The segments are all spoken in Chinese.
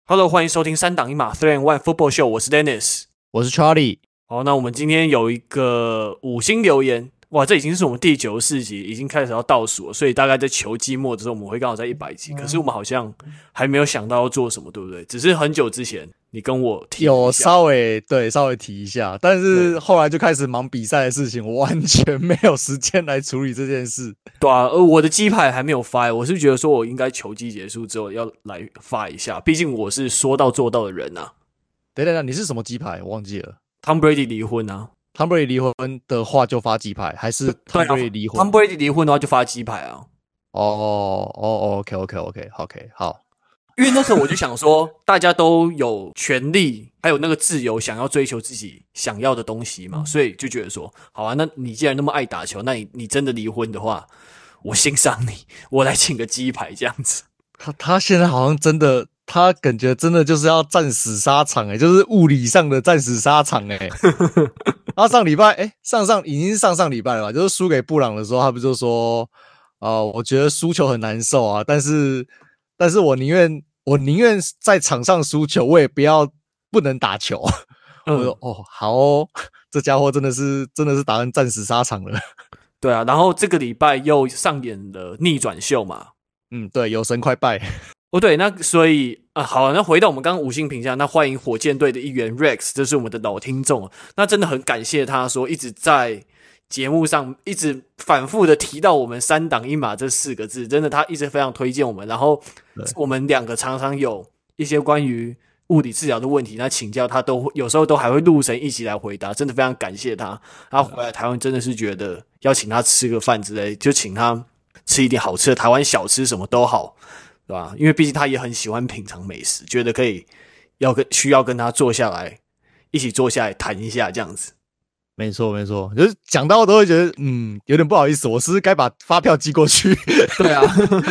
Hello， 欢迎收听三档一码 Three and One Football Show， 我是 Dennis， 我是 Charlie。 好，那我们今天有一个5星留言，哇，这已经是我们第94集，已经开始要倒数了，所以大概在球季末的时候，我们会刚好在100集。可是我们好像还没有想到要做什么，对不对？只是很久之前你跟我提有稍微提一下，但是后来就开始忙比赛的事情，我完全没有时间来处理这件事。 对啊，我的鸡排还没有发，我是觉得说我应该球季结束之后要来发一下，毕竟我是说到做到的人啊。 等，你是什么鸡排？我忘记了。 Tom Brady 离婚啊。 Tom Brady 离婚的话就发鸡排，还是 Tom Brady 离婚？ Tom Brady 离婚的话就发鸡排啊。 OK， 好。 因为那时候我就想说，大家都有权利，还有那个自由，想要追求自己想要的东西嘛，所以就觉得说，好啊，那你既然那么爱打球，那你真的离婚的话，我欣赏你，我来请个鸡排这样子。 他现在好像真的，他感觉真的就是要战死沙场就是物理上的战死沙场他上礼拜已经是上礼拜了吧，就是输给布朗的时候，他不就说我觉得输球很难受啊，但是我宁愿在场上输球，我也不能打球。我说好哦，这家伙真的是打算战死沙场了。 对啊，然后这个礼拜又上演了逆转秀嘛。 对，有神快拜。 对，那所以好，那回到我们刚刚5星评价，那欢迎火箭队的一员 Rex， 这是我们的老听众，那真的很感谢他说一直在节目上一直反复的提到我们三档一码这4个字，真的他一直非常推荐我们，然后我们2个常常有一些关于物理治疗的问题，那请教他有时候都还会录成一起来回答，真的非常感谢他。他回来台湾真的是觉得要请他吃个饭之类，就请他吃一点好吃的台湾小吃什么都好，对吧？因为毕竟他也很喜欢品尝美食，觉得需要跟他一起坐下来谈一下这样子。 没错，就是讲到都会觉得有点不好意思，我是不是该把发票寄过去？ 对啊。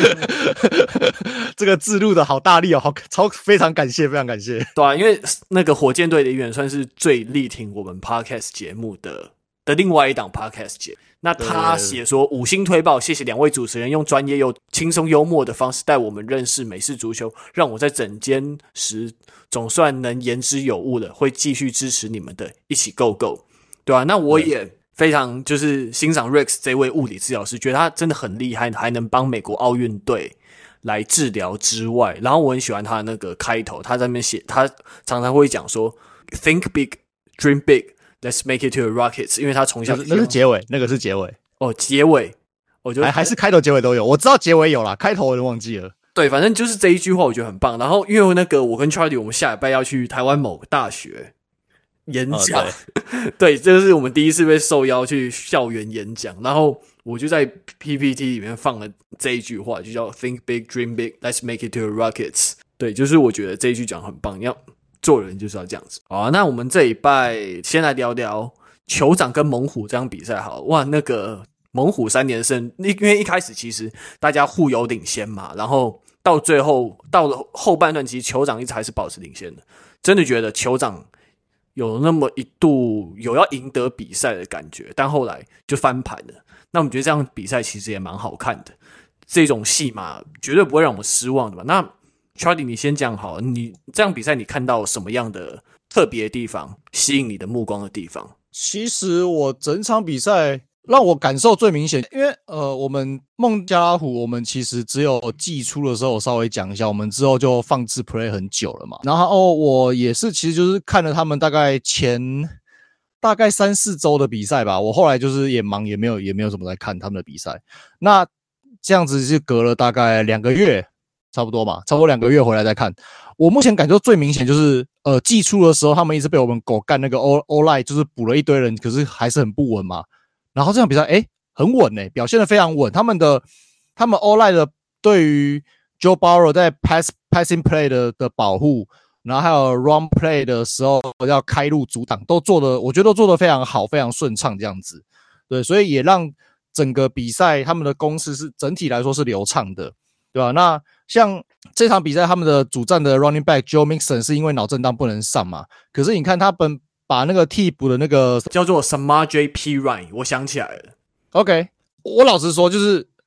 这个自录的好大力非常感谢，非常感谢。 对啊，因为那个火箭队的一员算是最力挺我们 podcast 节目的另外一档 podcast 节目。那他写说5星推爆，谢谢2位主持人用专业又轻松幽默的方式带我们认识美式足球，让我在整间时总算能言之有物了，会继续支持你们的，一起 go go。对啊，那我也非常就是欣赏 Rex 这位物理治疗师，觉得他真的很厉害，还能帮美国奥运队来治疗之外，然后我很喜欢他的那个开头，他在那边写，他常常会讲说 Think big, dream big, let's make it to the Rockets， 因为他从小那是结尾，那个是结尾结尾我就还是开头结尾都有，我知道结尾有啦，开头我就忘记了。 对，反正就是这一句话我觉得很棒。然后因为那个我跟 Charlie 我们下礼拜要去台湾某个大学演讲，对，这是我们第一次被受邀去校园演讲，然后我就在 PPT 里面放了这一句话，就叫 Think big, dream big, let's make it to the Rockets。 对，就是我觉得这一句讲很棒，你要做人就是要这样子。好啊，那我们这礼拜先来聊聊酋长跟猛虎这场比赛好了。哇，那个猛虎3连胜，因为一开始其实大家互有领先嘛，然后到最后到了后半段，其实酋长一直还是保持领先的，真的觉得酋长有那么一度有要赢得比赛的感觉，但后来就翻盘了。那我们觉得这样比赛其实也蛮好看的，这种戏码绝对不会让我们失望的吧。那 Charlie 你先讲好了，你这样比赛你看到什么样的特别的地方，吸引你的目光的地方？ 其实我整场比赛让我感受最明显，因为我们孟加拉虎，我们其实只有季初的时候我稍微讲一下，我们之后就放置 play 很久了嘛。然后我也是其实就是看了他们大概3-4周的比赛吧，我后来就是也忙，也没有什么在看他们的比赛。那这样子就隔了大概2个月差不多2个月回来再看。我目前感受最明显就是季初的时候他们一直被我们狗干，那个 O-line 就是补了一堆人，可是还是很不稳嘛。然后这场比赛很稳表现得非常稳。他们 O-line 的对于 Joe Burrow 在 passing play 的保护，然后还有 run play 的时候要开路阻挡，我觉得都做得非常好，非常顺畅这样子。对，所以也让整个比赛他们的攻势是整体来说是流畅的，对吧？那像这场比赛他们的主战的 running back Joe Mixon 是因为脑震荡不能上嘛，可是你看他把那个替补的那个叫做 Samaje Perine， 我想起来了。 OK， 我老实说，就是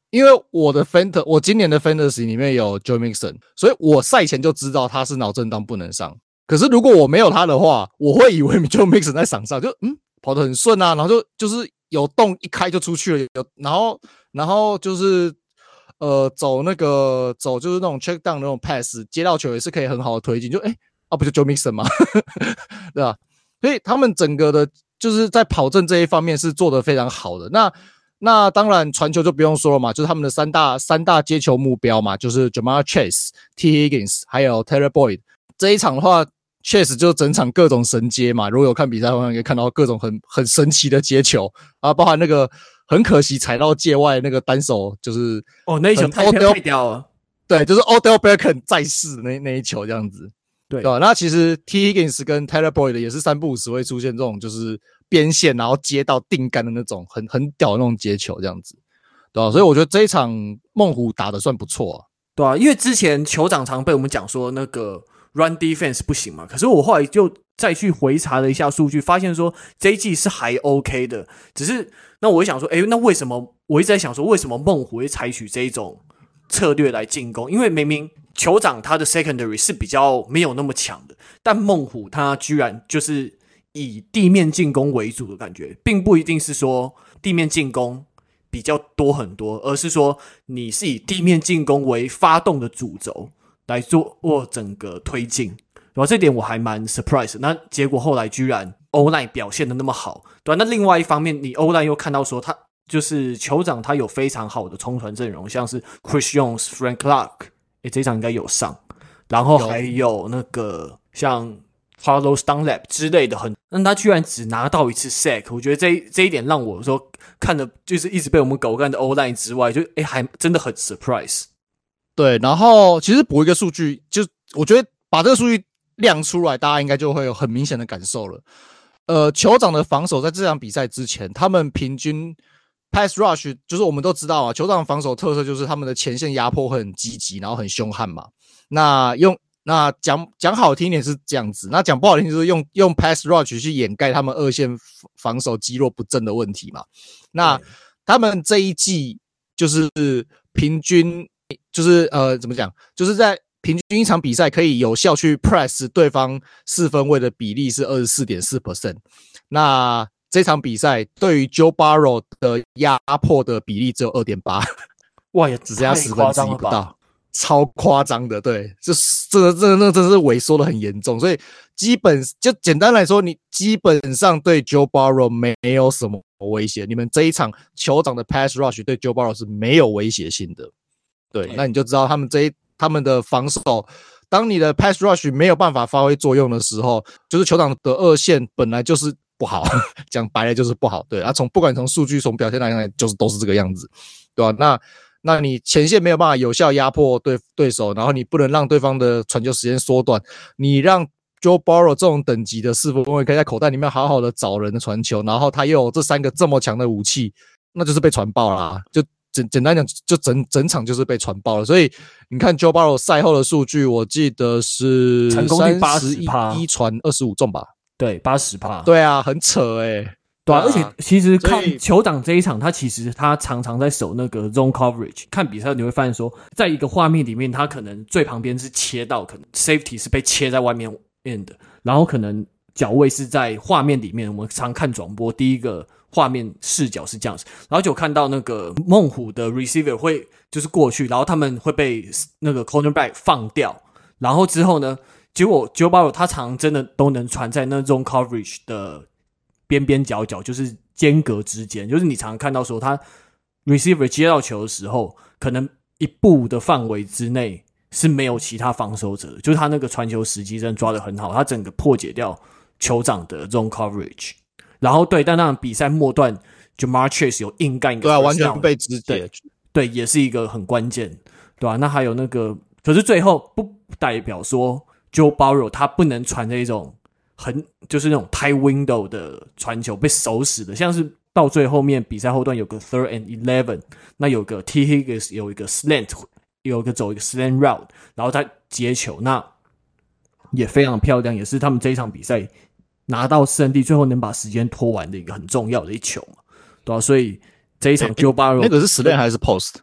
因为我今年的 Fantasy 里面有 Joe Mixon， 所以我赛前就知道他是脑震荡不能上。可是如果我没有他的话，我会以为 Joe Mixon 在场上，就跑得很顺啊，然后就是有洞一开就出去了，然后就是走就是那种 check down 那种 pass， 接到球也是可以很好的推进，就不就 Joe Mixon 吗？对吧？所以他们整个的就是在跑阵这一方面是做得非常好的。那当然传球就不用说了嘛，就是他们的三大接球目标嘛，就是 Ja'Marr Chase、T Higgins 还有 Tyler Boyd。这一场的话 Chase 就整场各种神接嘛，如果有看比赛的话可以看到各种很神奇的接球啊，包含那个很可惜踩到界外那个单手，就是那一球太屌了。 对，就是 Odell Beckham 在世的那一球这样子。对吧？那其实 T Higgins 跟 Tyler Boyd 也是3不5时会出现这种就是边线然后接到定杆的那种很屌的那种接球这样子，对吧？所以我觉得这一场猛虎打得算不错啊。 对啊，因为之前酋长常被我们讲说那个 run defense 不行嘛，可是我后来就再去回查了一下数据，发现说这一季是还 OK 的，只是那我会想说，那为什么我一直在想说，为什么猛虎会采取这一种策略来进攻？因为明明酋长他的 secondary 是比较没有那么强的，但猛虎他居然就是以地面进攻为主的感觉，并不一定是说地面进攻比较多很多，而是说你是以地面进攻为发动的主轴来做整个推进，然后这点我还蛮 surprise 的。那结果后来居然 O-line 表现的那么好，对吧？那另外一方面，你 O-line 又看到说他就是酋长他有非常好的冲团阵容，像是 Chris Jones、Frank Clark。这一场应该有上，然后还有那个像 Carlos Dunlap 之类的那他居然只拿到1次 sack， 我觉得这一点让我说看的就是一直被我们狗干的 O-line 之外，就还真的很 surprise。 对，然后其实补一个数据，就我觉得把这个数据亮出来，大家应该就会有很明显的感受了。酋长的防守在这场比赛之前，他们平均Pass rush 就是我们都知道啊，酋长防守特色就是他们的前线压迫会很积极，然后很凶悍嘛。那讲好听一点是这样子，那讲不好听就是用 Pass rush 去掩盖他们二线防守肌肉不振的问题嘛。那他们这一季就是平均就是怎么讲，就是在平均一场比赛可以有效去 press 对方4分位的比例是 24.4%。那这场比赛对于 Joe Burrow 的压迫的比例只有 2.8， 哇，也只剩下1/10不到，超夸张的。对，就是这真的是萎缩的很严重，所以就简单来说，你基本上对 Joe Burrow 没有什么威胁。你们这一场酋长的 Pass Rush 对 Joe Burrow 是没有威胁性的。对，那你就知道他们的防守。当你的 Pass Rush 没有办法发挥作用的时候，就是酋长的二线本来就是不好，讲白了就是不好。对啊，不管从数据从表现来看，就是都是这个样子，对吧？那你前线没有办法有效压迫对手，然后你不能让对方的传球时间缩短，你让 Joe Burrow 这种等级的4分卫可以在口袋里面好好的找人的传球，然后他又有这3个这么强的武器，那就是被传爆啦。就简单讲，就整场就是被传爆了。所以你看 Joe Burrow 赛后的数据，我记得是成功率 80%， 传25中吧。 对， 80%。 对啊，很扯对啊，而且其实看酋长这一场，他常常在守那个 zone coverage。看比赛你会发现说，在一个画面里面，他可能最旁边是切到，可能 safety 是被切在外面的，然后可能脚位是在画面里面。我们常看转播，第一个画面视角是这样子，然后就看到那个猛虎的 receiver 会就是过去，然后他们会被那个 cornerback 放掉，然后之后呢，结果 Joe Burrow 他常真的都能传在那种 coverage 的边边角角，就是间隔之间，就是你常看到说他 receiver 接到球的时候，可能1步的范围之内是没有其他防守者的，就是他那个传球时机真的抓得很好，他整个破解掉酋长的 zone coverage。然后对，但那比赛末段 Ja'Marr Chase 有硬干一个， 对啊，完全被肢解， 对，也是一个很关键，对吧？那还有那个，可是最后不代表说 Joe Burrow 他不能传这种就是那种 tight window 的传球被守死的，像是到最后面比赛后段有个 3rd and 11， 那有个 T Higgins 有一个 slant， 有个走一个 slant route， 然后他接球，那也非常漂亮，也是他们这一场比赛拿到胜利，最后能把时间拖完的一个很重要的一球嘛，对吧？所以这一场 Joe Burrow 那个是 slant 还是 post？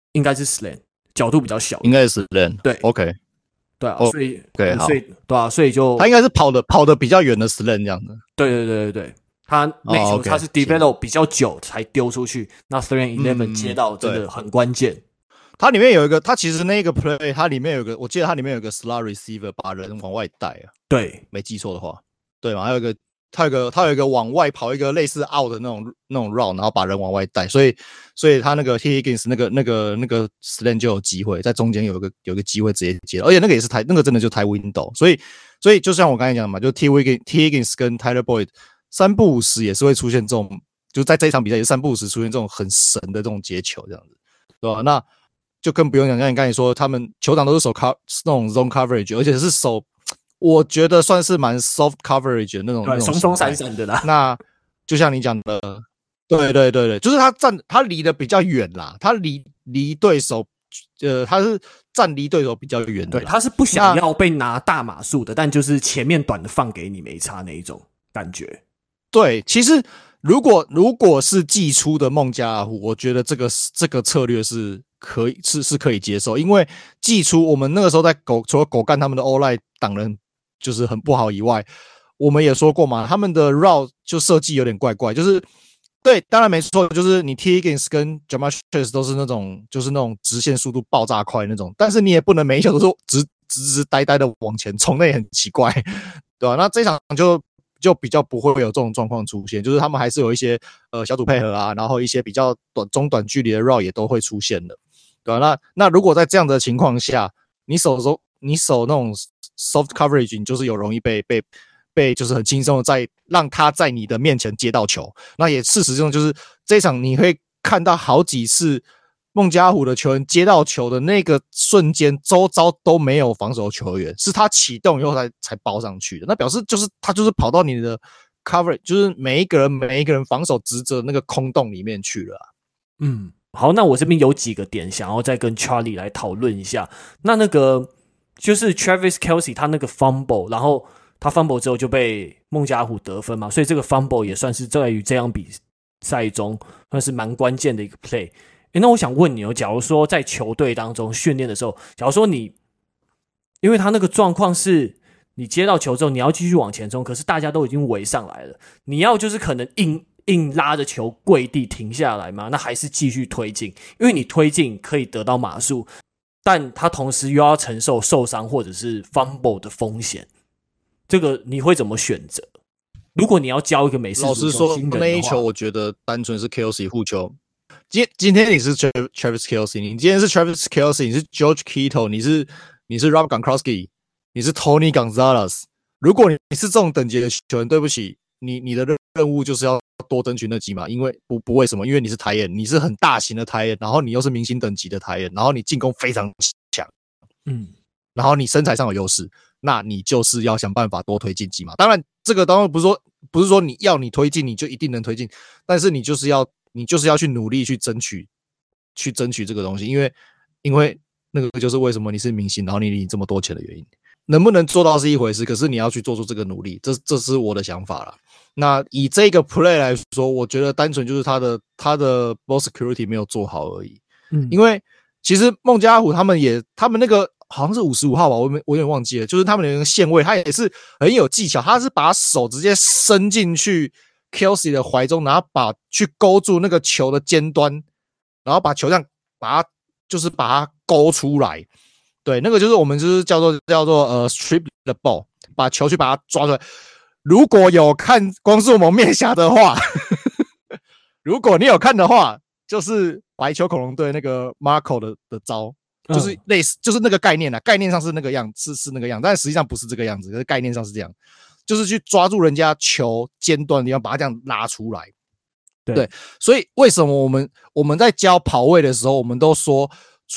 应该是 slant， 角度比较小， 应该是 slant。 对 ，OK， 对啊，所以对，好， 所以对啊，所以就他应该是跑的比较远的 slant 这样子。 对，他每球他是 develop 比较久才丢出去，那 3-11 接到真的很关键。 它里面有一个，它其实那个 play， 它里面有一个，我记得它里面有一个 slot receiver 把人往外带啊， 对， 没记错的话，对嘛？还有一个，它有一个往外跑一个类似 out 的那种 route， 然后把人往外带，所以他那个 T Higgins 那个 slant 就有机会在中间有一个机会直接接，而且那个也是那个真的就抬 window， 所以就像我刚才讲的嘛，就 T Higgins 跟 Tyler Boyd 3不5时也是会出现这种，就在这一场比赛也是3不5时出现这种很神的这种接球这样子，对吧？那就更不用讲，像你刚才说，他们酋长都是守那种 zone coverage， 而且是守，我觉得算是蛮 soft coverage 的那种， 对，松松散散的啦。 那就像你讲的，对，就是他离得比较远啦，他离对手，他是站离对手比较远的， 对，他是不想要被拿大码数的，但就是前面短的放给你没差那一种感觉。 对，其实如果是季初的孟加拉虎，我觉得这个策略是可以接受，因为季初我们那个时候在除了狗干他们的 O-line 挡人就是很不好以外，我们也说过嘛，他们的 route 就设计有点怪怪，就是对，当然没错，就是你 T Higgins 跟 Ja'Marr Chase 都是那种直线速度爆炸快那种，但是你也不能每一球都是直呆呆的往前冲，那也很奇怪，对吧？那这场就比较不会有这种状况出现，就是他们还是有一些小组配合啊，然后一些比较中短距离的 route 也都会出现的，对吧？那如果在这样的情况下，你守那种 soft coverage， 你就是有容易被就是很轻松的让他在你的面前接到球。那也事实上就是这一场你会看到好几次孟加虎的球员接到球的那个瞬间，周遭都没有防守球员，是他启动以后才包上去的。那表示就是他就是跑到你的 coverage， 就是每一个人防守职责那个空洞里面去了啊。 好，那我这边有几个点想要再跟 Charlie 来讨论一下。那个就是 Travis Kelce 他那个 fumble， 然后他 fumble 之后就被孟加拉虎得分嘛，所以这个 fumble 也算是在于这样比赛中算是蛮关键的一个 play。那我想问你哦，假如说在球队当中训练的时候，假如说因为他那个状况是你接到球之后你要继续往前冲，可是大家都已经围上来了，你要就是可能硬拉着球跪地停下来吗？那还是继续推进？因为你推进可以得到码数，但他同时又要承受受伤或者是 fumble 的风险，这个你会怎么选择？如果你要教一个美式足球新人的话， 老实说，那一球我觉得单纯是 Kelce 护球。今天你是 Travis Kelce， 你今天是 Travis Kelce， 你是 George Kittle， 你是 Rob Gronkowski， 你是 Tony Gonzalez。如果你是这种等级的球员，对不起，你的任务就是要多争取那几码，因为不为什么？因为你是台眼，你是很大型的台眼，然后你又是明星等级的台眼，然后你进攻非常强，然后你身材上有优势，那你就是要想办法多推进几码。当然，这个当然不是说你推进你就一定能推进，但是你就是要去努力去争取这个东西，因为那个就是为什么你是明星，然后你领这么多钱的原因。能不能做到是一回事，可是你要去做出这个努力，这是我的想法啦。那以这个 play 来说，我觉得单纯就是他的 ball security 没有做好而已。因为其实孟加拉虎他们那个好像是55号吧，我有点忘记了，就是他们的那个线位，他也是很有技巧，他是把手直接伸进去 Kelce 的怀中，然后去勾住那个球的尖端，然后把球这样把它勾出来。对，那个就是我们就是叫做strip the ball， 把球去把它抓出来。如果有看光速蒙面侠的话，如果你有看的话，就是白球恐龙队那个 Marco 的招，就是类似，就是那个概念啦，概念上是那个样，是那个样，但实际上不是这个样子，可是概念上是这样，就是去抓住人家球尖端的地方，把它这样拉出来。对，所以为什么我们在教跑位的时候，我们都说，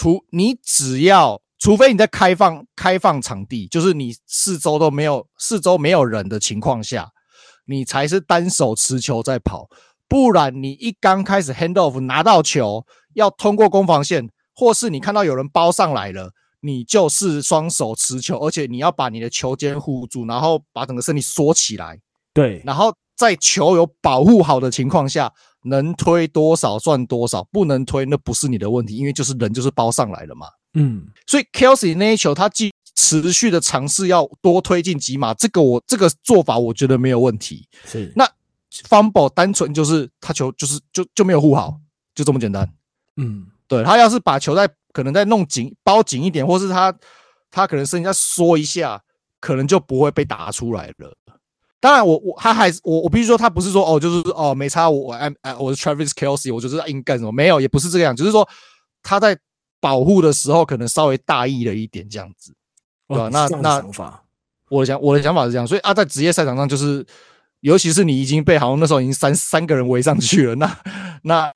除非你在开放场地，就是你四周没有人的情况下，你才是单手持球在跑。不然你一刚开始 hand off 拿到球，要通过攻防线，或是你看到有人包上来了，你就是双手持球，而且你要把你的球肩护住，然后把整个身体缩起来。 对， 然后在球有保护好的情况下，能推多少算多少，不能推那不是你的问题，因为就是人就是包上来了嘛。所以 Kelsey 那一球他持续的尝试要多推进几码，这个做法我觉得没有问题。 是， 那 fumble 单纯就是他球就没有护好，就这么简单。对，他要是把球可能再弄紧包紧一点，或是他可能身体再缩一下，可能就不会被打出来了。当然我必须说他不是说就是没差，我是 Travis Kelsey 我就是硬干什么，没有，也不是这个样，只是说他在保护的时候可能稍微大意了一点这样子。对吧？那想法， 我的想法是这样，所以在职业赛场上就是，尤其是你已经被好像那时候已经三个人围上去了，那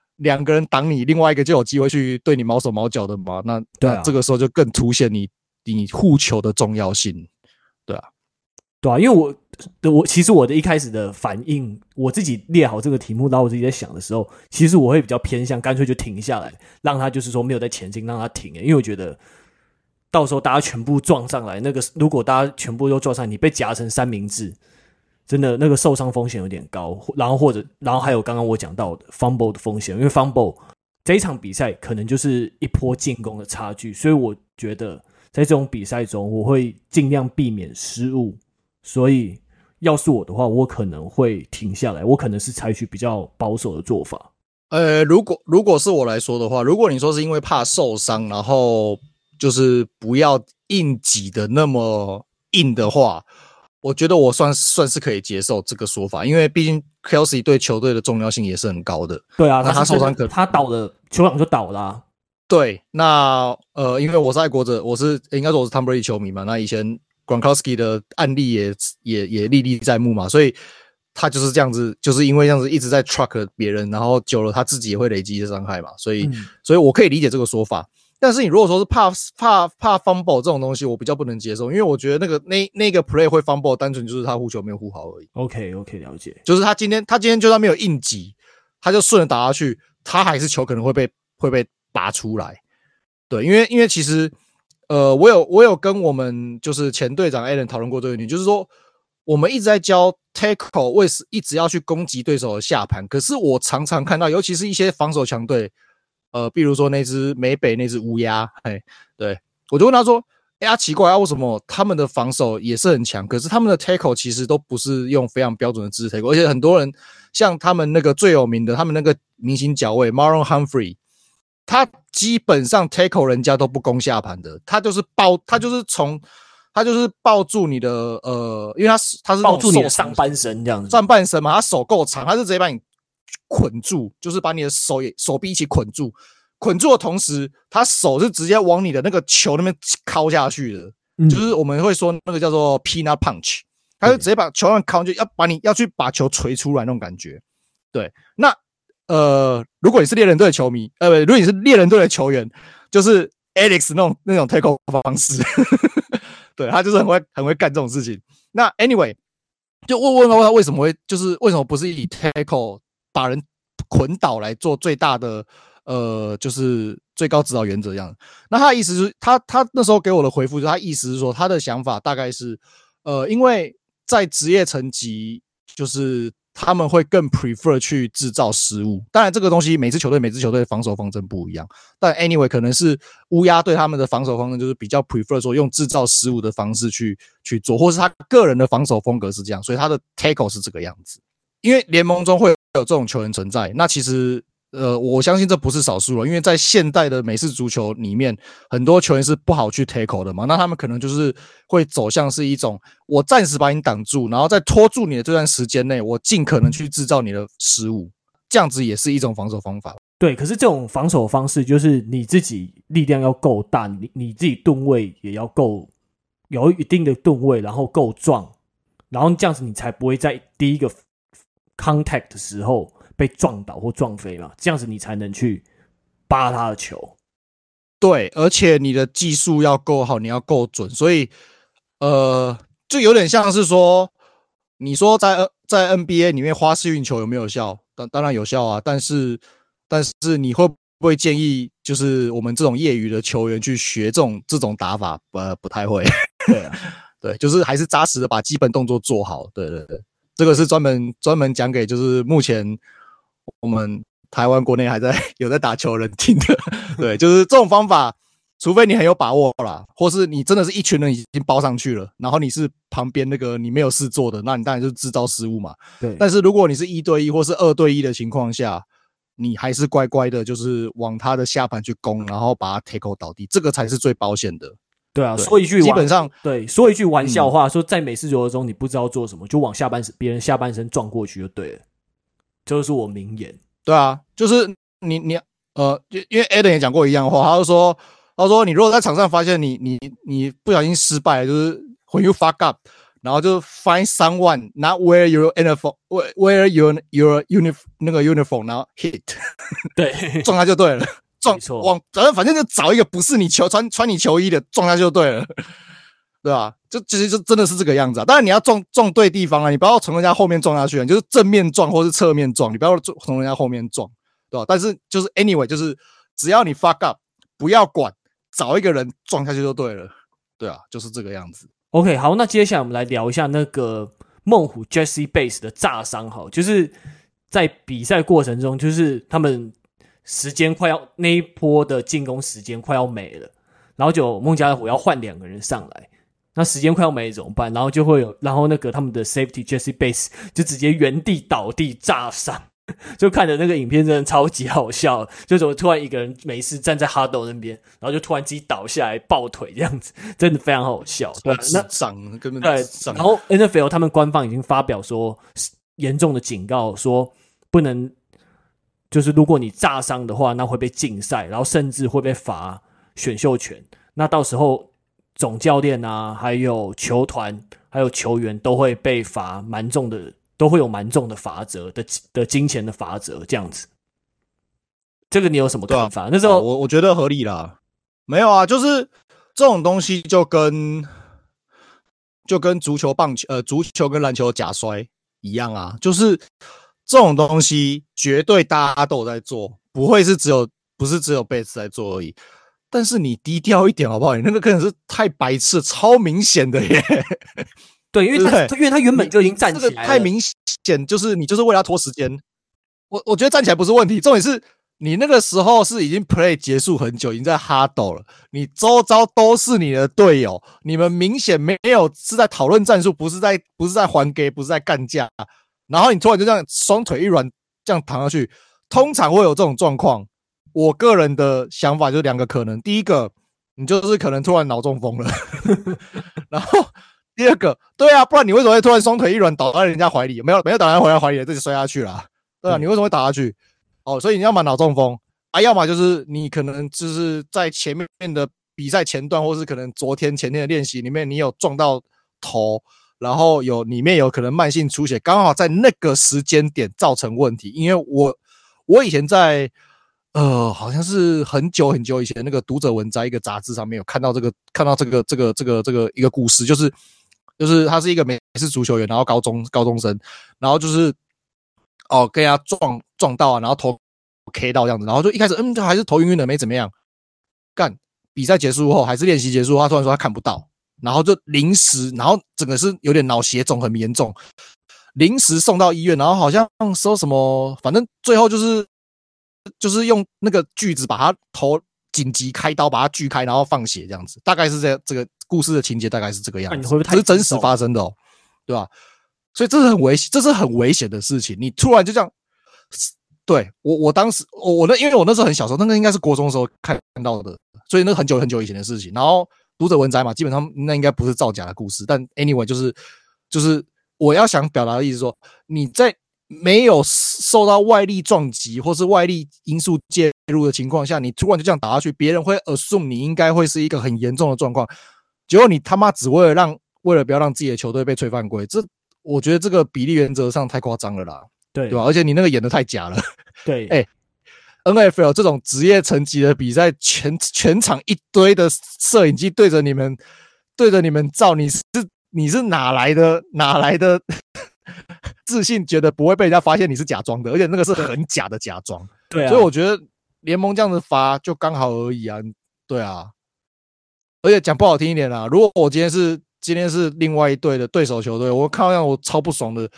2个人挡你，另外一个就有机会去对你毛手毛脚的嘛。那这个时候就更凸显你护球的重要性，对啊， 对啊，因为我其实我的一开始的反应，我自己列好这个题目，然后我自己在想的时候，其实我会比较偏向干脆就停下来，让他就是说没有在前进，让他停，因为我觉得。到时候大家全部撞上来，如果大家全部都撞上来，你被夹成三明治，真的那个受伤风险有点高。然后还有刚刚我讲到的 fumble 的风险，因为 fumble 这一场比赛可能就是一波进攻的差距，所以我觉得在这种比赛中，我会尽量避免失误。所以要是我的话，我可能会停下来，我可能是采取比较保守的做法。 如果是我来说的话，如果你说是因为怕受伤，然后就是不要硬挤的那么硬的话，我觉得我算是可以接受这个说法，因为毕竟 Kelsey 对球队的重要性也是很高的。 对啊， 他受伤他倒了，球场就倒了啊。 对，那因为我是爱国者，应该说我是 Tom Brady 球迷嘛，那以前 Gronkowski 的案例也历历在目嘛，所以他就是这样子，就是因为这样子一直在 truck 别人，然后久了他自己也会累积一些伤害嘛，所以我可以理解这个说法。但是你如果说是怕 fumble 这种东西，我比较不能接受，因为我觉得那个 play 会 fumble， 单纯就是他护球没有护好而已。 OK， 了解。 就是他今天就算没有硬挤，他就顺着打下去，他还是球可能会被拔出来。对，因为其实我有跟我们就是前队长 Alan 讨论过这个问题，就是说我们一直在教 tackle 一直要去攻击对手的下盘，可是我常常看到，尤其是一些防守强队。比如说那只美北那只乌鸦，对，我就问他说，奇怪为什么他们的防守也是很强，可是他们的 tackle 其实都不是用非常标准的姿势 tackle， 而且很多人像他们那个最有名的，他们那个明星脚卫 Marlon Humphrey， 他基本上 tackle 人家都不攻下盘的，他就是抱住你的因为他是抱住你的上半身这样子， 上半身嘛，他手够长，他是直接把你捆住，就是把你的手臂一起捆住的同时，他手是直接往你的那个球那边敲下去的，就是我们会说那个叫做 peanut punch， 他就直接把球上敲，就要去把球锤出来那种感觉。对，那如果你是猎人队的球迷，如果你是猎人队的球员，就是 Alex 那种 tackle 方式，对，他就是很会干这种事情。那 anyway， 就问他为什么不是以 tackle把人捆倒来做最大的就是最高指导原则这样。那他的意思是他那时候给我的回复，就是他意思是说他的想法大概是因为在职业层级，就是他们会更 prefer 去制造失误。当然这个东西每支球队的防守方针不一样，但 anyway 可能是乌鸦对他们的防守方针就是比较 prefer 说用制造失误的方式去做，或是他个人的防守风格是这样，所以他的 tackle 是这个样子。因为联盟中会有这种球员存在，那其实我相信这不是少数了，因为在现代的美式足球里面，很多球员是不好去 tackle 的嘛，那他们可能就是会走向是一种我暂时把你挡住，然后在拖住你的这段时间内，我尽可能去制造你的失误，这样子也是一种防守方法。 对，可是这种防守方式就是你自己力量要够大，你自己吨位也要够有一定的吨位，然后够壮，然后这样子你才不会在第一个contact 的时候被撞倒或撞飞嘛，这样子你才能去扒他的球。 对，而且你的技术要够好，你要够准，所以就有点像是说，你说在 NBA 里面花式运球有没有效？当然有效啊，但是你会不会建议就是我们这种业余的球员去学这种打法？不太会。对啊，对，就是还是扎实的把基本动作做好。对对对。 这个是专门讲给就是目前我们台湾国内还在有在打球的人听的。对，就是这种方法，除非你很有把握啦，或是你真的是一群人已经包上去了，然后你是旁边那个你没有事做的，那你当然就是制造失误嘛。 对。 但是如果你是1对1或是2对1的情况下，你还是乖乖的，就是往他的下盘去攻，然后把他 tackle 倒地，这个才是最保险的。 对啊，说一句基本上对，说一句玩笑话，说在美式足球中你不知道做什么，就往别人下半身撞过去就对了，这就是我名言。 对啊，就是你因为 Adam 也讲过一样的话，他说你如果在场上发现你不小心失败了，就是 when you fuck up， 然后就 find someone not wear your uniform， wear your那个 uniform， 然后 hit， 对， 撞他就对了。反正就找一个不是你穿你球衣的撞他就对了，对吧？就其实就真的是这个样子啊。当然你要撞对地方啊，你不要从人家后面撞下去，你就是正面撞或是侧面撞，你不要从人家后面撞，对吧？但是就是 anyway， 就是只要你 fuck up， 不要管，找一个人撞下去就对了，对啊，就是这个样子。 OK， 好，那接下来我们来聊一下那个猛虎 Jesse Bates 的炸伤，好，就是在比赛过程中，就是他们时间快要那一波的进攻时间快要没了，然后就孟加拉虎要换2个人上来，那时间快要没了怎么办？然后那个他们的 safety Jesse Bates 就直接原地倒地炸伤，就看着那个影片真的超级好笑，就怎么突然一个人没事站在哈斗那边，然后就突然自己倒下来抱腿这样子，真的非常好笑。对，那根本对，然后 NFL 他们官方已经发表说严重的警告，说不能。就是如果你炸伤的话，那会被禁赛，然后甚至会被罚选秀权。那到时候总教练啊，还有球团，还有球员都会被罚蛮重的，都会有蛮重的罚则的金钱的罚则这样子。这个你有什么看法？那时候我觉得合理啦。没有啊，就是这种东西就跟足球、足球跟篮球假摔一样啊，就是。这种东西绝对大家都有在做，不是只有贝斯在做而已。但是你低调一点好不好？你那个可能是太白痴，超明显的耶。 对，因为他原本就已经站起来了， 这个太明显，就是你就是为他拖时间。我觉得站起来不是问题，重点是你那个时候是已经 play 结束很久，已经在哈斗了，你周遭都是你的队友，你们明显没有是在讨论战术，不是在还给，不是在干架。然后你突然就这样双腿一软，这样躺下去，通常会有这种状况。我个人的想法就2个可能：第一个，你就是可能突然脑中风了；然后第二个，对啊，不然你为什么会突然双腿一软倒在人家怀里？没有倒在人家怀里，自己摔下去了，对啊，你为什么会倒下去？哦，所以你要么脑中风啊，要么就是你可能就是在前面的比赛前段，或是可能昨天前天的练习里面，你有撞到头。然后里面有可能慢性出血，刚好在那个时间点造成问题。因为我以前在好像是很久很久以前那个读者文摘一个杂志上面有看到这个一个故事，就是他是一个美式足球员，然后高中生，然后就是跟人家撞到啊，然后头 K 到这样子，然后就一开始还是头晕晕的没怎么样，干比赛结束后还是练习结束后，他突然说他看不到。然后就临时，然后整个是有点脑血肿很严重，临时送到医院，然后好像说什么，反正最后就是用那个锯子把他头紧急开刀，把他锯开，然后放血这样子，大概是这个故事的情节大概是这个样子，这是真实发生的哦，对吧？所以这是很危险的事情，你突然就这样，对我当时因为我那时候很小时候，那个应该是国中的时候看到的，所以那很久很久以前的事情，然后。读者文摘嘛，基本上那应该不是造假的故事，但 anyway 就是我要想表达的意思说，你在没有受到外力撞击或是外力因素介入的情况下，你突然就这样打下去，别人会 assume 你应该会是一个很严重的状况，结果你他妈只为了不要让自己的球队被吹犯规，我觉得这个比例原则上太夸张了啦，对吧？而且你那个演得太假了， 对 NFL 这种职业层级的比赛，全场一堆的摄影机对着你们照，你是哪来的自信，觉得不会被人家发现你是假装的，而且那个是很假的假装。对啊，所以我觉得联盟这样子罚就刚好而已啊，对啊。而且讲不好听一点啦，如果我今天是另外一队的对手球队，我看到这样我超不爽的。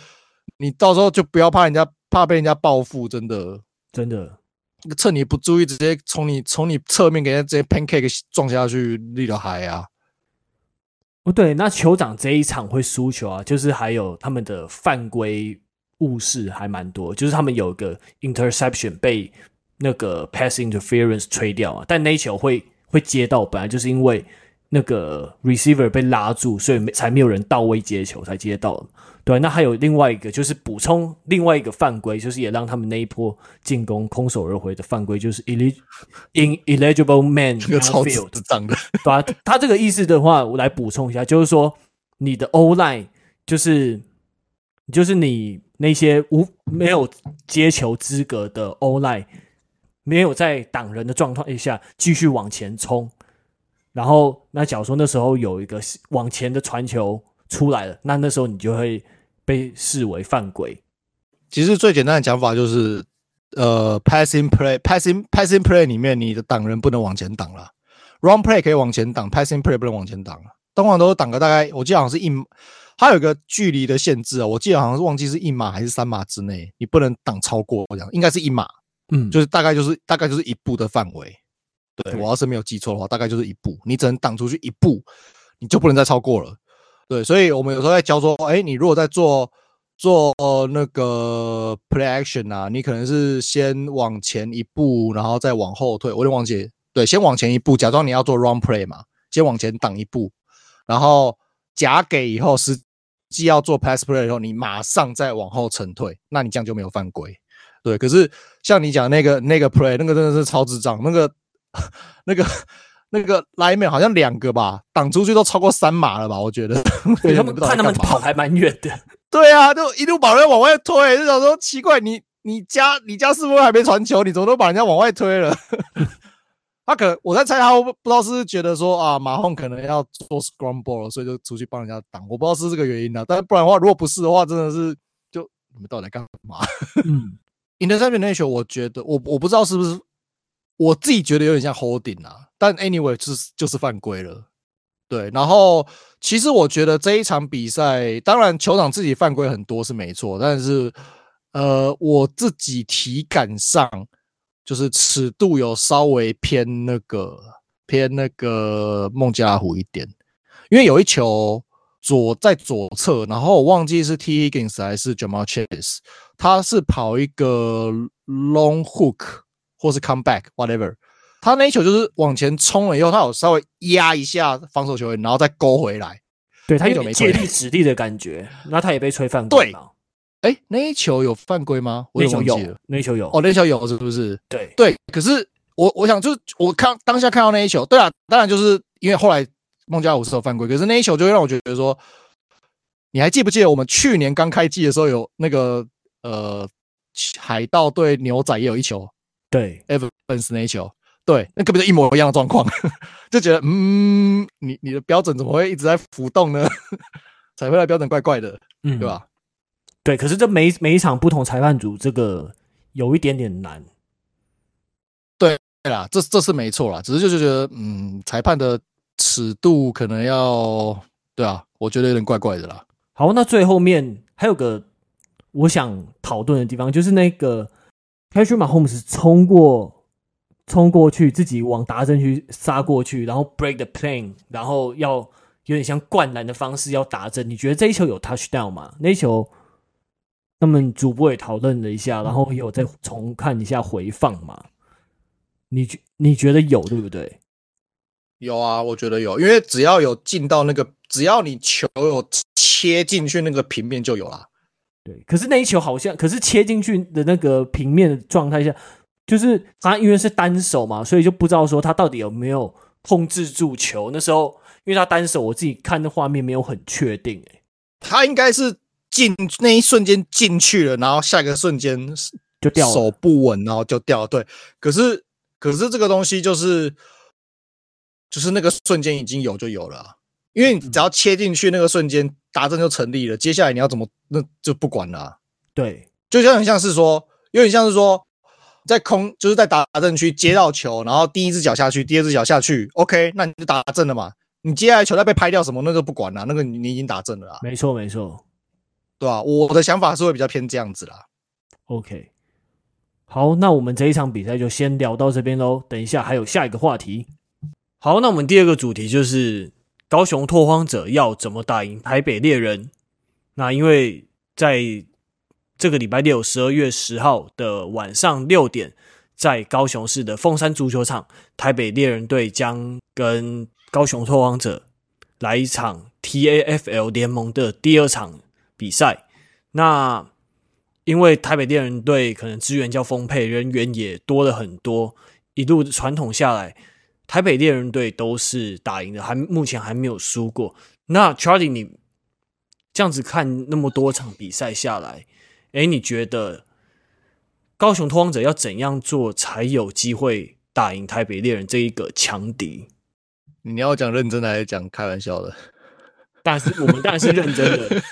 你到时候就不要怕被人家报复，真的。趁你不注意，直接从你侧面给人家直接 pancake 撞下去，立了海啊！ 哦，对，那酋长这一场会输球啊，就是还有他们的犯规误事还蛮多，就是他们有个 interception 被那个 pass interference 吹掉啊，但那一球会接到，本来就是因为那个 receiver 被拉住，所以才没有人到位接球才接到了。对，那还有另外一个就是补充另外一个犯规，就是也让他们那一波进攻空手而回的犯规，就是 ineligible man 这个超智障的。 对啊，他这个意思的话，我来补充一下，就是说你的 O-line 就是你那些没有接球资格的 O-line 没有在挡人的状态下继续往前冲，然后那假如说那时候有一个往前的传球出来了，那时候你就会被视为犯规。 其实最简单的讲法就是passing play 里面你的挡人不能往前挡啦， run play 可以往前挡， passing play 不能往前挡，通常都是挡个大概我记得好像是它有一个距离的限制啊，我记得好像是忘记是1码还是3码之内，你不能挡超过这样，应该是1码，就是大概就是1步的范围。对，我要是没有记错的话，大概就是1步，你只能挡出去1步，你就不能再超过了。对，所以我们有时候在教说，你如果在做那个 play action 啊，你可能是先往前1步，然后再往后退。我有点忘记，对，先往前1步，假装你要做 run play 嘛，先往前挡1步，然后假给以后实际要做 pass play 以后，你马上再往后沉退，那你这样就没有犯规。对，可是像你讲那个 play， 那个真的是超智障，那个 lineman 好像2个吧，挡出去都超过3码了吧？我觉得， 对他们看他们跑还蛮远的。 对啊，就一路把人往外推，就想说奇怪，你家是不是还没传球？你怎么都把人家往外推了？我在猜他不知道是觉得说啊，马洪可能要做 scramble， 所以就出去帮人家挡。我不知道是这个原因啊，但是不然的话，如果不是的话，真的是就你们到底在干嘛？interception 那球，我觉得我不知道是不是。我自己觉得有点像 holding 啊，但 anyway 就是犯规了，对。然后其实我觉得这一场比赛，当然酋长自己犯规很多是没错，但是我自己体感上就是尺度有稍微偏那个孟加拉虎一点，因为有一球在左侧，然后我忘记是 T. Higgins 还是 Jamal Chase， 他是跑一个 long hook。或是 come back whatever， 他那一球就是往前冲了以后，他有稍微压一下防守球员，然后再勾回来。 对，他有借力使力的感觉，那他也被吹犯规嘛？ 对，那一球有犯规吗？我也忘记了。 那一球有。 哦，那一球有是不是？ 对对，可是我想就是我当下看到那一球，对啊，当然就是因为后来孟加拉虎是有犯规，可是那一球就会让我觉得说，你还记不记得我们去年刚开季的时候有那个海盗对牛仔也有一球？ 对 ，Evans 那一球，对，那根本就一模一样的状况，就觉得，你的标准怎么会一直在浮动呢？裁判的标准怪怪的，对吧？ 对，可是这每一场不同裁判组，这个有一点点难。 对啦，这是没错啦，只是就是觉得，裁判的尺度可能要，对啊，我觉得有点怪怪的啦。 好，那最后面还有个我想讨论的地方，就是那个。Patrick Mahomes 冲过去，自己往达阵区杀过去，然后 break the plane， 然后要有点像灌篮的方式要达阵。你觉得这一球有 touchdown 吗？那一球他们主播也讨论了一下，然后也有再重看一下回放嘛？你觉得有对不对？ 有啊，我觉得有，因为只要有进到那个，只要你球有切进去那个平面就有啦。 对，可是那一球好像，可是切进去的那个平面的状态下，就是他因为是单手嘛，所以就不知道说他到底有没有控制住球。那时候因为他单手，我自己看的画面没有很确定， 他应该是那一瞬间进去了，然后下一个瞬间就掉了， 手不稳，然后就掉了。对，可是这个东西就是那个瞬间已经有就有了啊。因为你只要切进去那个瞬间，达阵就成立了。接下来你要怎么，那就不管了啊。 对， 就有点像是说，在就是在达阵区接到球，然后第一只脚下去，第二只脚下去 ，OK， 那你就达阵了嘛。你接下来球再被拍掉什么，那就不管了，那个你已经达阵了啊。 没错没错。 对吧？我的想法是会比较偏这样子啦。 OK， 好，那我们这一场比赛就先聊到这边咯，等一下还有下一个话题。好，那我们第二个主题就是高雄拓荒者要怎么打赢台北猎人。那因为在这个礼拜六12月10号的晚上6点，在高雄市的凤山足球场，台北猎人队将跟高雄拓荒者来一场 TAFL 联盟的第2场比赛。那因为台北猎人队可能资源较丰沛，人员也多了很多，一路传统下来，台北猎人队都是打赢的，目前还没有输过。那 Charlie， 你这样子看那么多场比赛下来，你觉得高雄拓荒者要怎样做才有机会打赢台北猎人这一个强敌？ 你要讲认真的还是讲开玩笑的？ 我们当然是认真的。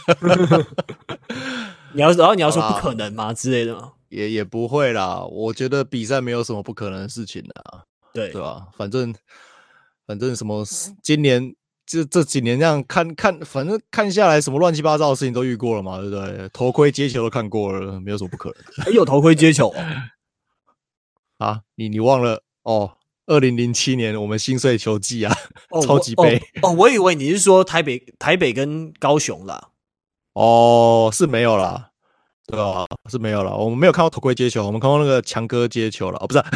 然后你要说不可能吗之类的吗？ 也不会啦，我觉得比赛没有什么不可能的事情啦。 对吧？反正什么今年这几年这样看，反正看下来，什么乱七八糟的事情都遇过了嘛，对不对？头盔接球都看过了，没有什么不可能的。 有头盔接球啊？你忘了哦？2007年我们心碎球季啊，超级杯我以为你是说台北跟高雄啦。 是没有啦。对啊，是没有啦，我们没有看到头盔接球，我们看到那个强哥接球了。不是、啊。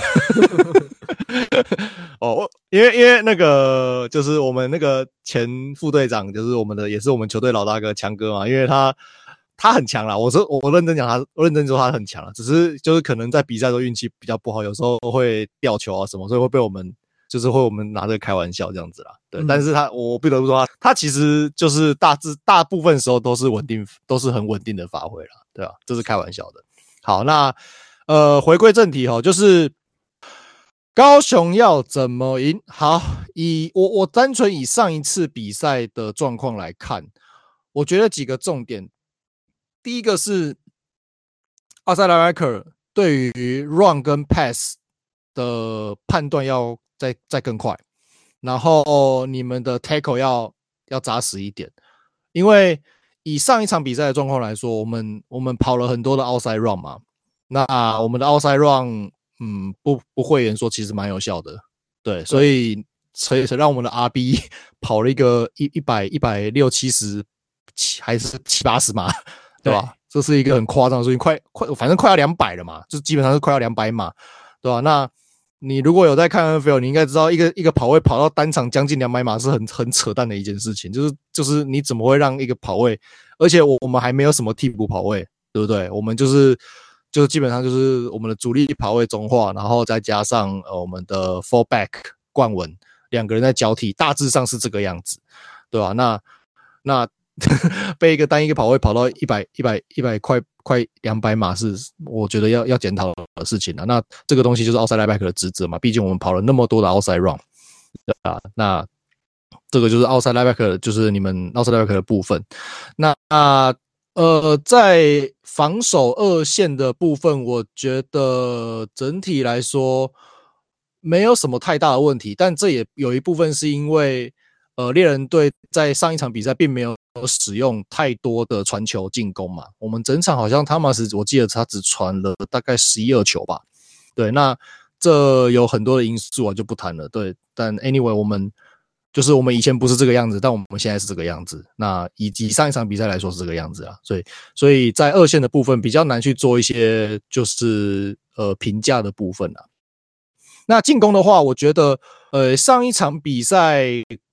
因为那个就是我们那个前副队长，就是也是我们球队老大哥强哥嘛，因为他很强啦。我认真讲我认真说他很强啦，只是就是可能在比赛的时候运气比较不好，有时候会掉球啊什么，所以会被我们拿这个开玩笑这样子啦。对，但是我不得不说他其实就是大部分时候都是很稳定的发挥啦，对吧？这是开玩笑的。好，那回归正题就是高雄要怎么赢？好，我单纯以上一次比赛的状况来看，我觉得几个重点。第一个是奥塞拉克对于 run 跟 pass 的判断要再更快，然后你们的 tackle 要扎实一点，因为以上一场比赛的状况来说，我们跑了很多的 outside run 嘛，那我们的 outside run 不讳言说其实蛮有效的，对，所以让我们的 RB 跑了一个160、70还是70-80码，对吧？这是一个很夸张的数据，反正快要200了嘛，就基本上是快要200码，对吧？那你如果有在看 NFL， 你应该知道一个跑位跑到单场将近200码是很扯淡的一件事情，就是你怎么会让一个跑位，而且我们还没有什么替补跑位，对不对？我们就是基本上就是我们的主力跑位中化，然后再加上我们的 fullback 冠文2个人在交替，大致上是这个样子，对吧？那被一个单一个跑位跑到100快200码是我觉得要检讨的事情了。那这个东西就是 outside linebacker 的职责嘛，毕竟我们跑了那么多的 outside run， 对啊，那这个就是 outside linebacker， 就是你们 outside linebacker 的部分。那在防守二线的部分，我觉得整体来说没有什么太大的问题，但这也有一部分是因为猎人队在上一场比赛并没有使用太多的传球进攻嘛，我们整场好像汤马斯我记得他只传了大概11-2球吧，对，那这有很多的因素啊，就不谈了，对，但 anyway 我们以前不是这个样子，但我们现在是这个样子，那以上一场比赛来说是这个样子啊，所以在二线的部分比较难去做一些就是评价的部分啊。那进攻的话，我觉得上一场比赛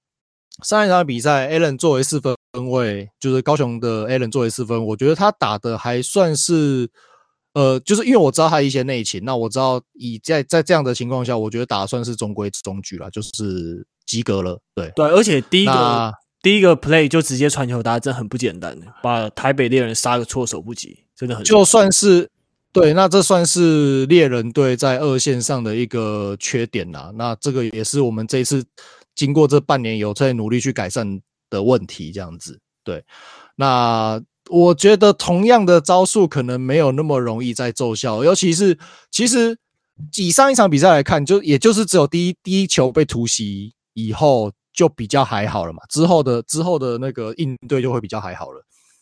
Allen 作为4分位，就是高雄的 Allen 作为4分，我觉得他打的还算是就是因为我知道他一些内情，那我知道在这样的情况下，我觉得打的算是中规中矩啦，就是及格了，对， 而且第一个 play 就直接传球打，真的很不简单，把台北猎人杀个措手不及，真的很就算是对，那这算是猎人队在二线上的一个缺点啦。那这个也是我们这一次经过这半年有在努力去改善的问题，这样子。对，那我觉得同样的招数可能没有那么容易再奏效，尤其是其实以上一场比赛来看，也就是只有第一球被突袭以后就比较还好了嘛，之后的那个应对就会比较还好了。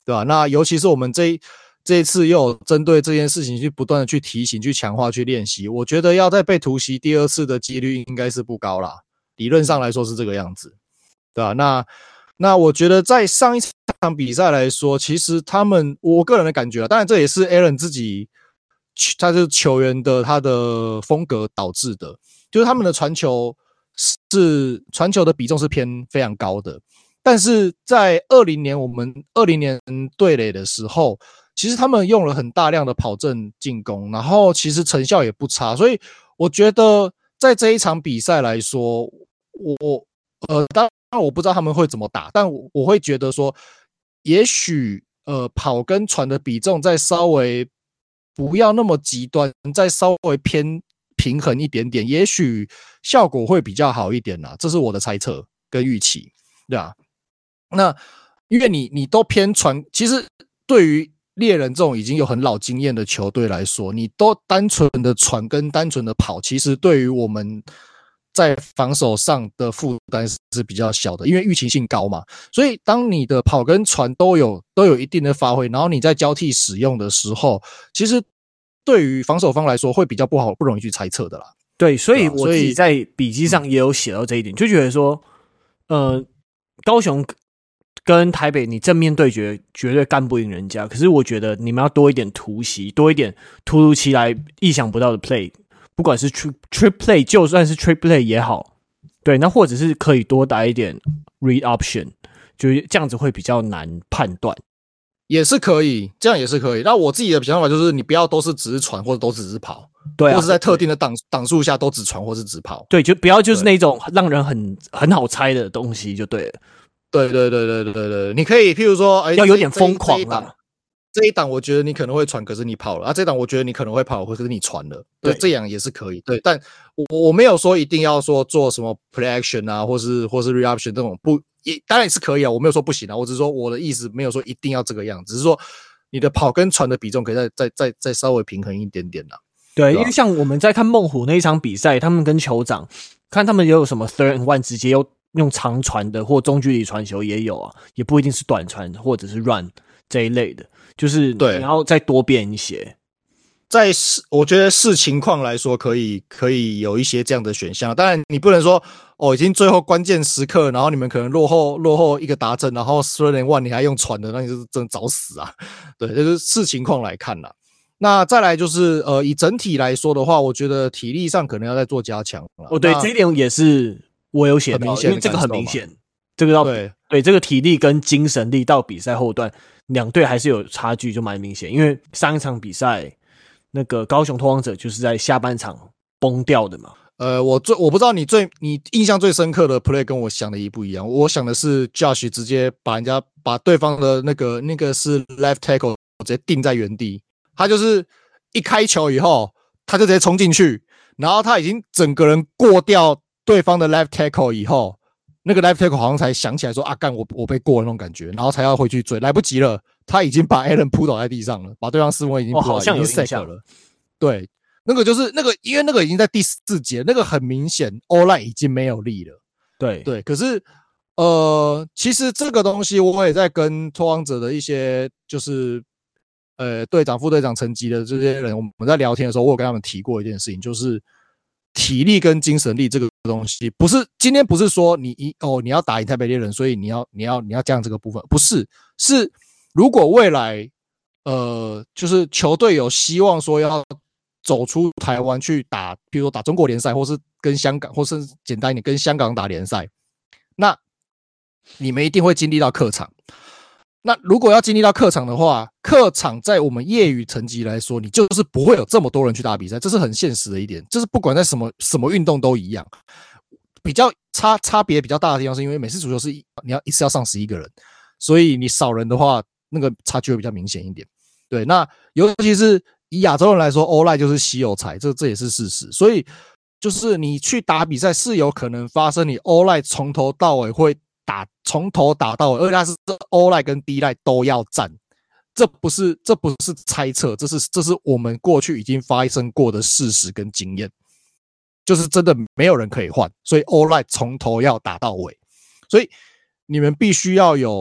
对吧？那尤其是我们这一次又有针对这件事情去不断的去提醒、去强化、去练习，我觉得要再被突袭第二次的几率应该是不高啦。理论上来说是这个样子，对吧？那我觉得在上一场比赛来说，其实我个人的感觉啊，当然这也是 Aaron 自己，他是球员的他的风格导致的，就是他们的传球的比重是偏非常高的，但是在我们20年对垒的时候，其实他们用了很大量的跑阵进攻，然后其实成效也不差，所以我觉得在这一场比赛来说，当然我不知道他们会怎么打，但我会觉得说，也许跑跟传的比重再稍微不要那么极端，再稍微偏平衡一点点，也许效果会比较好一点啦，这是我的猜测跟预期，对吧？那因为你都偏传，其实对于猎人这种已经有很老经验的球队来说，你都单纯的传跟单纯的跑，其实对于我们在防守上的负担是比较小的，因为预期性高嘛。所以当你的跑跟传都有一定的发挥，然后你在交替使用的时候，其实对于防守方来说会比较不容易去猜测的啦。 对，所以我自己在笔记上也有写到这一点，就觉得说，高雄跟台北你正面对决绝对干不赢人家，可是我觉得你们要多一点突袭，多一点突如其来意想不到的 play， 不管是 trip play 就算是 trip play 也好，对，那或者是可以多打一点 read option， 就是这样子会比较难判断。 也是可以，这样也是可以。那我自己的想法就是，你不要都是只是传或者都只是跑， 对啊， 或是在特定的档数下都只传或是只跑， 对，就不要就是那种让人很好猜的东西就对了。 对，你可以譬如说， 要有点疯狂啦。 这一档我觉得你可能会传，可是你跑了啊。这一档我觉得你可能会跑，可是你传了，对，这样也是可以。对，但我没有说一定要说做什么 play action 啊，或是 reoption 这种当然也是可以啊。我没有说不行啊，我只是说我的意思没有说一定要这个样子，只是说你的跑跟传的比重可以再稍微平衡一点点啦。 对，因为像我们在看猛虎那一场比赛，他们跟酋长看他们也有什么 third and one 直接用长传的或中距离传球也有啊，也不一定是短传或者是 run 这一类的，就是你要再多变一些。 我觉得视情况来说，可以有一些这样的选项。当然，你不能说已经最后关键时刻，然后你们可能落后一个达阵，然后 third and one 你还用传的，那你就是真的找死啊！对，就是视情况来看啦。那再来就是以整体来说的话，我觉得体力上可能要再做加强了。 对，这一点也是我有写到，因为这个很明显，这个对这个体力跟精神力到比赛后段，两队还是有差距，就蛮明显。因为上一场比赛那个高雄拓荒者就是在下半场崩掉的嘛。 我不知道你印象最深刻的 play 跟我想的不一样。我想的是 Josh 直接把对方的那个是 left tackle 直接定在原地。他就是一开球以后，他就直接冲进去，然后他已经整个人过掉对方的 left tackle 以后，那个 left tackle 好像才想起来说啊，干我被过了那种感觉，然后才要回去追，来不及了，他已经把 Allen 扑倒在地上了，把对方4分已经扑倒， 好像有印象了。对，那个就是因为那个已经在第4节，那个很明显 O-line 已经没有力了。对，可是其实这个东西我也在跟拓荒者的一些就是队长、副队长层级的这些人，我们在聊天的时候，我有跟他们提过一件事情，就是体力跟精神力这个东西，今天不是说你要打赢台北猎人，所以你要降这个部分，不是，是如果未来就是球队有希望说要走出台湾去打，比如说打中国联赛，或是跟香港，或是简单一点跟香港打联赛，那你们一定会经历到客场。那如果要经历到客场的话，客场在我们业余层级来说，你就是不会有这么多人去打比赛，这是很现实的一点。就是不管在什么运动都一样，比较差别比较大的地方是因为美式足球是你要一次要上11个人，所以你少人的话，那个差距会比较明显一点。对，那尤其是以亚洲人来说 ，O-line 就是稀有财，这也是事实。所以就是你去打比赛是有可能发生你 O-line 从头到尾会从头打到尾，而且它是 O-line 跟 D-line 都要站，这不是猜测，这是我们过去已经发生过的事实跟经验，就是真的没有人可以换，所以 O-line 从头要打到尾，所以你们必须要有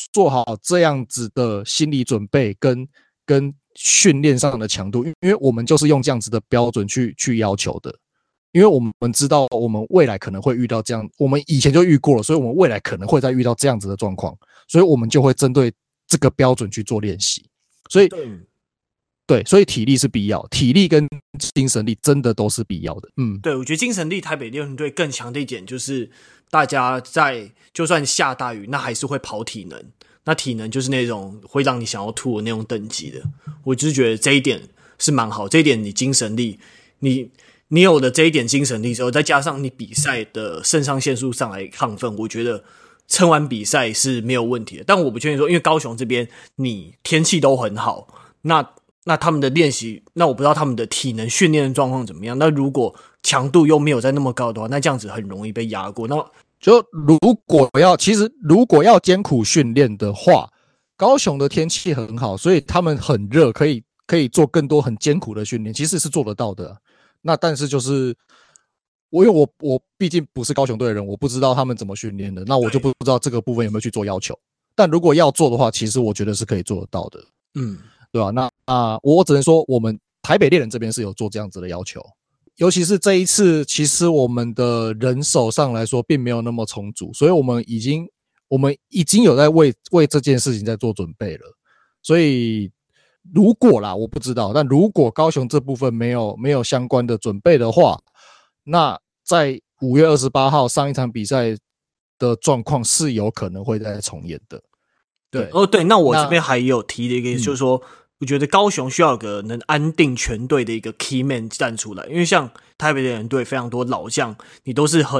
做好这样子的心理准备跟训练上的强度，因为我们就是用这样子的标准去要求的。因为我们知道我们未来可能会遇到这样，我们以前就遇过了，所以我们未来可能会再遇到这样子的状况，所以我们就会针对这个标准去做练习。所以对，所以体力是必要，体力跟精神力真的都是必要的。 对，我觉得精神力台北猎人队更强的一点就是大家在就算下大雨，那还是会跑体能，那体能就是那种会让你想要吐的那种等级的。我就是觉得这一点是蛮好，这一点你精神力你有的这一点精神力之后，再加上你比赛的肾上腺素上来亢奋，我觉得撑完比赛是没有问题的。但我不确定说，因为高雄这边你天气都很好，那他们的练习，那我不知道他们的体能训练的状况怎么样。那如果强度又没有在那么高的话，那这样子很容易被压过。那就如果要艰苦训练的话，高雄的天气很好，所以他们很热，可以做更多很艰苦的训练，其实是做得到的。那但是就是因为我毕竟不是高雄队的人，我不知道他们怎么训练的，那我就不知道这个部分有没有去做要求。但如果要做的话，其实我觉得是可以做得到的，对吧？那我只能说，我们台北猎人这边是有做这样子的要求，尤其是这一次，其实我们的人手上来说并没有那么充足，所以我们已经有在为这件事情在做准备了，所以。如果啦，我不知道，但如果高雄这部分没有相关的准备的话，那在5月28号上一场比赛的状况是有可能会再重演的。 对，对，那我这边还有提的一个，就是说，我觉得高雄需要有个能安定全队的一个 key man 站出来，因为像台北猎人队非常多老将，你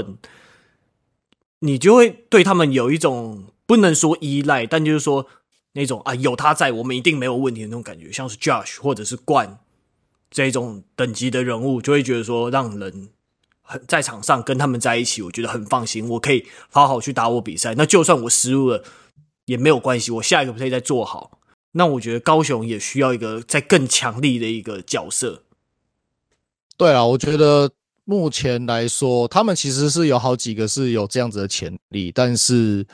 就会对他们有一种不能说依赖，但就是说。那种有他在我们一定没有问题的那种感觉，像是 Josh 或者是冠这种等级的人物，就会觉得说让人在场上跟他们在一起，我觉得很放心，我可以好好去打我比赛。那就算我失误了也没有关系，我下一个 play 再做好。那我觉得高雄也需要一个再更强力的一个角色。 对啊，我觉得目前来说，他们其实是有好几个是有这样子的潜力，但是。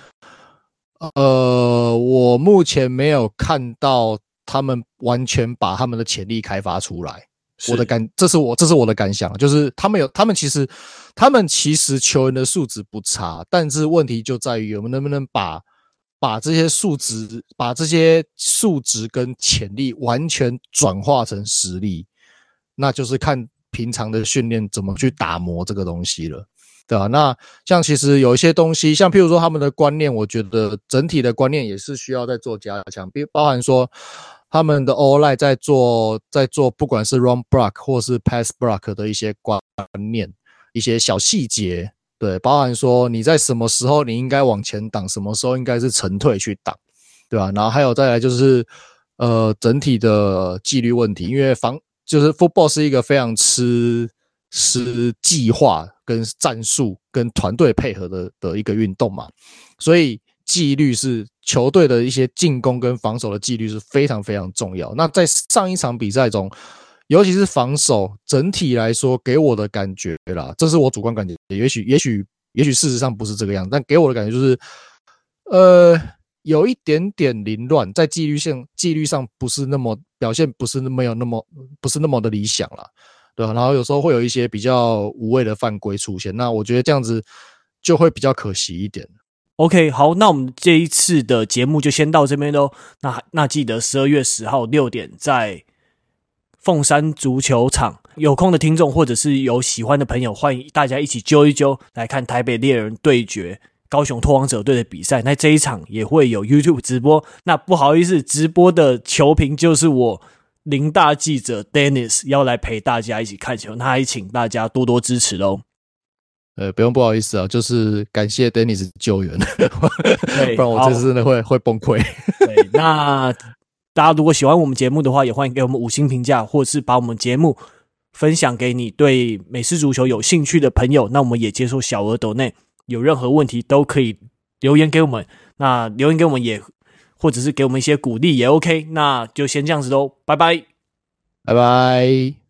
我目前没有看到他们完全把他们的潜力开发出来。这是我的感想，就是他们其实球员的素质不差，但是问题就在于我们能不能把这些素质跟潜力完全转化成实力，那就是看平常的训练怎么去打磨这个东西了。对啊，那像其实有一些东西，像譬如说他们的观念，我觉得整体的观念也是需要再做加强，包含说他们的 O-line 在做不管是 run block 或是 pass block 的一些观念，一些小细节，对，包含说你在什么时候你应该往前挡，什么时候应该是沉退去挡，对吧？然后还有再来就是整体的纪律问题，因为就是 football 是一个非常吃计划跟战术跟团队配合的一个运动嘛，所以纪律是球队的一些进攻跟防守的纪律是非常非常重要。那在上一场比赛中，尤其是防守整体来说给我的感觉啦，这是我主观感觉，也许事实上不是这个样子，但给我的感觉就是有一点点凌乱，在纪律上不是那么表现不是那么的理想啦。对啊，然后有时候会有一些比较无谓的犯规出现，那我觉得这样子就会比较可惜一点。 OK， 好，那我们这一次的节目就先到这边咯。那记得12月10号6点在凤山足球场，有空的听众或者是有喜欢的朋友，欢迎大家一起揪一揪来看台北猎人对决高雄拓荒者队的比赛。那这一场也会有 YouTube 直播，那不好意思，直播的球评就是我林大记者 Dennis 要来陪大家一起看球，那还请大家多多支持咯。 不用不好意思啊，就是感谢 Dennis 救援，不然我这次真的会崩溃。 对，那大家如果喜欢我们节目的话，也欢迎给我们5星评价，或是把我们节目分享给你对美式足球有兴趣的朋友。那我们也接受小额抖内，有任何问题都可以留言给我们。那留言给我们也或者是给我们一些鼓励也 OK， 那就先这样子咯，拜拜， 拜拜。